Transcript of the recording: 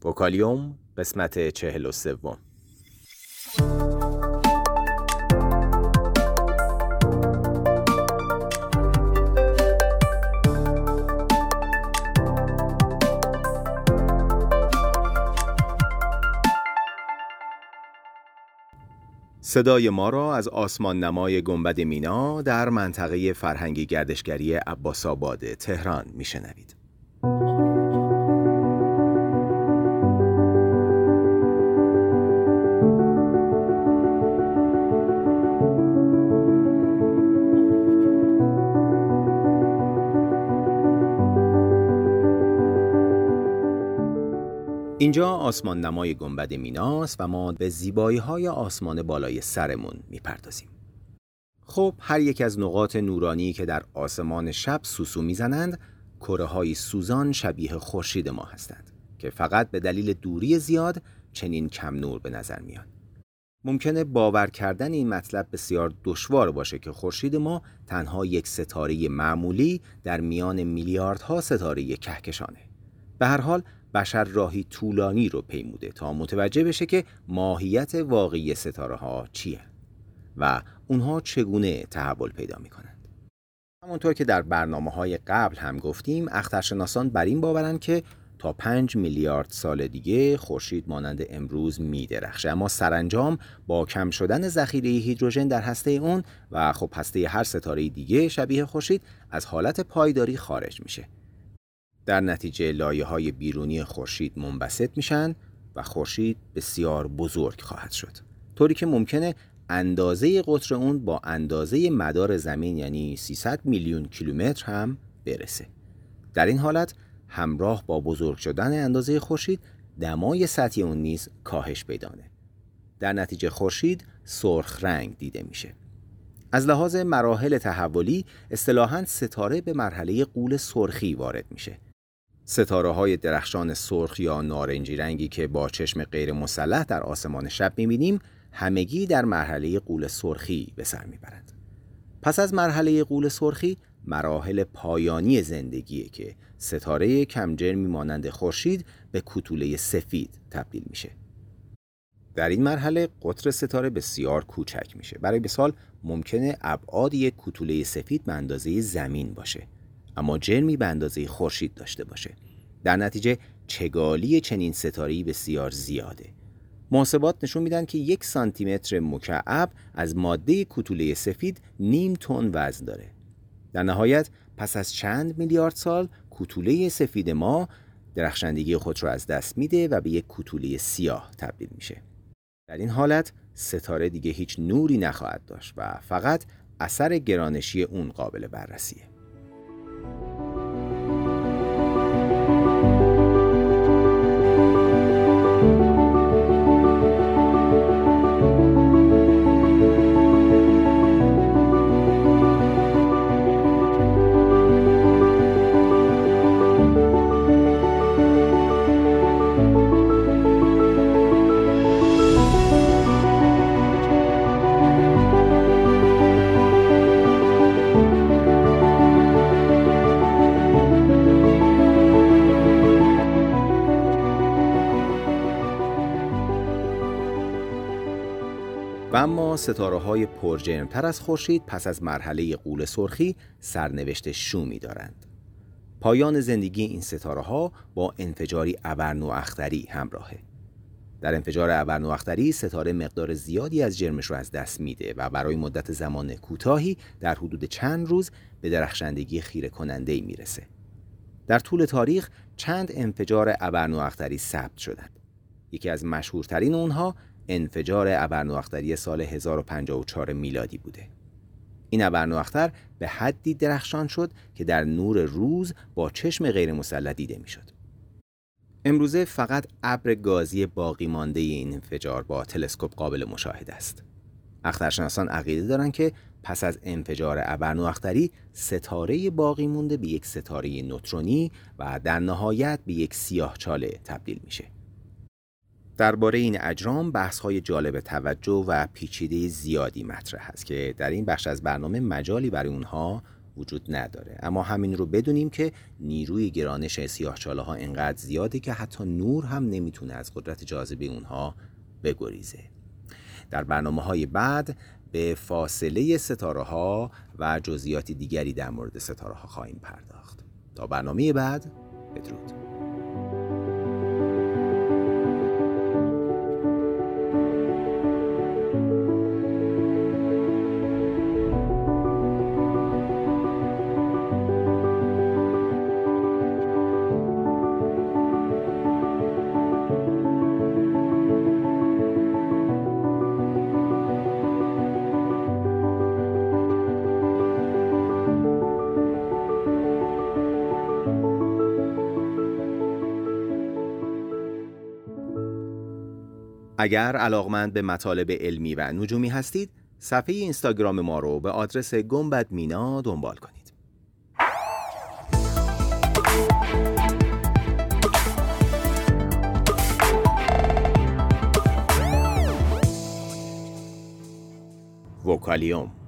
وکالیوم قسمت 43. صدای ما را از آسمان نمای گنبد مینا در منطقه فرهنگی گردشگری عباس‌آباد تهران میشنوید. اینجا آسمان نمای گنبد میناست و ما به زیبایی‌های آسمان بالای سرمون میپردازیم. خب هر یک از نقاط نورانی که در آسمان شب سوسو میزنند، کره‌های سوزان شبیه خورشید ما هستند که فقط به دلیل دوری زیاد چنین کم نور به نظر میان. ممکنه باور کردن این مطلب بسیار دشوار باشه که خورشید ما تنها یک ستاره معمولی در میان میلیاردها ستاره کهکشانه. به هر حال بشر راهی طولانی رو پیموده تا متوجه بشه که ماهیت واقعی ستاره ها چیه و اونها چگونه تحول پیدا می کنند. همونطور که در برنامه‌های قبل هم گفتیم، اخترشناسان بر این باورند که تا 5 میلیارد سال دیگه خورشید مانند امروز می درخشه، اما سرانجام با کم شدن ذخیره هیدروژن در هسته اون و خب هسته هر ستاره دیگه شبیه خورشید از حالت پایداری خارج میشه. در نتیجه لایه‌های بیرونی خورشید منبسط میشن و خورشید بسیار بزرگ خواهد شد، طوری که ممکنه اندازه قطر اون با اندازه مدار زمین یعنی 300 میلیون کیلومتر هم برسه. در این حالت همراه با بزرگ شدن اندازه خورشید دمای سطحی اون نیز کاهش پیدا کنه. در نتیجه خورشید سرخ رنگ دیده میشه. از لحاظ مراحل تحولی اصطلاحاً ستاره به مرحله غول سرخی وارد میشه. ستاره‌های درخشان سرخ یا نارنجی رنگی که با چشم غیر مسلح در آسمان شب می‌بینیم، همگی در مرحله غول سرخی به سر می‌برند. پس از مرحله غول سرخی، مراحل پایانی زندگیه که ستاره کم جرمی مانند خورشید به کوتوله سفید تبدیل میشه. در این مرحله قطر ستاره بسیار کوچک میشه. برای مثال ممکنه ابعاد یک کوتوله سفید به اندازه زمین باشه، اما جرمی به اندازه خورشید داشته باشه. در نتیجه چگالی چنین ستاره‌ای بسیار زیاده. محاسبات نشون میدن که 1 سانتی متر مکعب از ماده کوتوله سفید نیم تن وزن داره. در نهایت پس از چند میلیارد سال کوتوله سفید ما درخشندگی خود رو از دست میده و به یک کوتوله سیاه تبدیل میشه. در این حالت ستاره دیگه هیچ نوری نخواهد داشت و فقط اثر گرانشی اون قابل بررسیه. و اما ستاره‌های پرجرم‌تر از خورشید پس از مرحله غول سرخی سرنوشت شومی دارند. پایان زندگی این ستاره‌ها با انفجاری ابرنواختری همراهه. در انفجار ابرنواختری ستاره مقدار زیادی از جرمش رو از دست میده و برای مدت زمان کوتاهی در حدود چند روز به درخشندگی خیره کننده‌ای میرسه. در طول تاریخ چند انفجار ابرنواختری ثبت شدند. یکی از مشهورترین اونها انفجار ابرنواختری سال 1054 میلادی بوده. این ابرنواختر به حدی درخشان شد که در نور روز با چشم غیر مسلح دیده میشد. امروزه فقط ابر گازی باقی مانده این انفجار با تلسکوپ قابل مشاهده است. اخترشناسان عقیده دارند که پس از انفجار ابرنواختری ستاره باقی مونده به یک ستاره نوترونی و در نهایت به یک سیاهچاله تبدیل میشه. درباره این اجرام بحث‌های جالب توجه و پیچیده زیادی مطرح است که در این بخش از برنامه مجالی برای اونها وجود نداره، اما همین رو بدونیم که نیروی گرانش سیاه‌چاله‌ها انقدر زیاده که حتی نور هم نمیتونه از قدرت جاذبه اونها بگریزه. در برنامه‌های بعد به فاصله ستاره‌ها و جزئیات دیگری در مورد ستاره‌ها خواهیم پرداخت. تا برنامه بعد، بدرود. اگر علاقمند به مطالب علمی و نجومی هستید، صفحه اینستاگرام ما رو به آدرس گنبد مینا دنبال کنید. وکالیوم